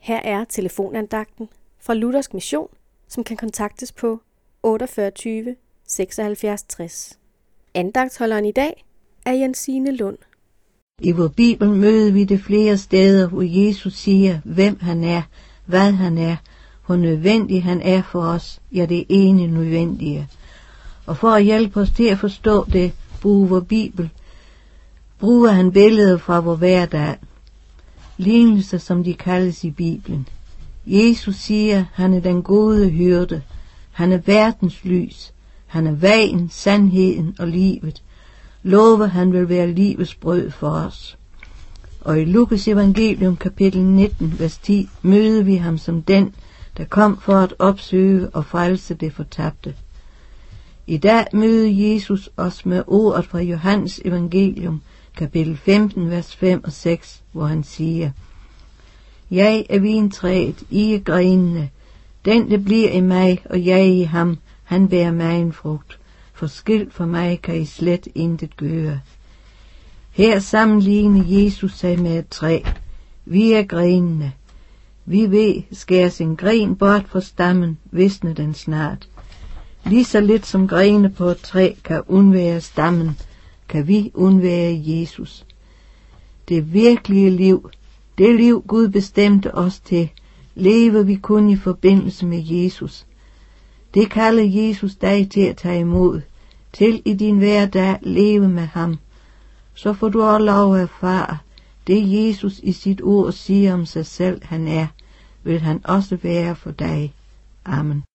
Her er telefonandagten fra Luthersk Mission, som kan kontaktes på 48 76 60. Andagtholderen i dag er Jensine Lund. I vor Bibel møder vi det flere steder, hvor Jesus siger, hvem han er, hvad han er, hvor nødvendig han er for os, ja det ene nødvendige. Og for at hjælpe os til at forstå det, bruger han billeder fra vor hverdag. Lignelser, som de kaldes i Bibelen. Jesus siger, han er den gode hyrde. Han er verdens lys. Han er vejen, sandheden og livet. Lover, han vil være livets brød for os. Og i Lukas evangelium kapitel 19, vers 10, møder vi ham som den, der kom for at opsøge og frelse det fortabte. I dag møder Jesus os med ordet fra Johannes evangelium, kapitel 15, vers 5 og 6, hvor han siger: Jeg er vintræet, I er grenene. Den, der bliver i mig, og jeg i ham, han bærer mig en frugt. For skilt fra mig kan I slet intet gøre. Her sammenligner Jesus sig med et træ. Vi er grenene. Vi ved, skæres en gren bort fra stammen, visner den snart. Lige så lidt som grene på et træ kan undvære stammen, kan vi undvære Jesus. Det virkelige liv, det liv Gud bestemte os til, lever vi kun i forbindelse med Jesus. Det kalder Jesus dig til at tage imod, til i din hverdag leve med ham. Så får du også lov at erfare, det Jesus i sit ord siger om sig selv han er, vil han også være for dig. Amen.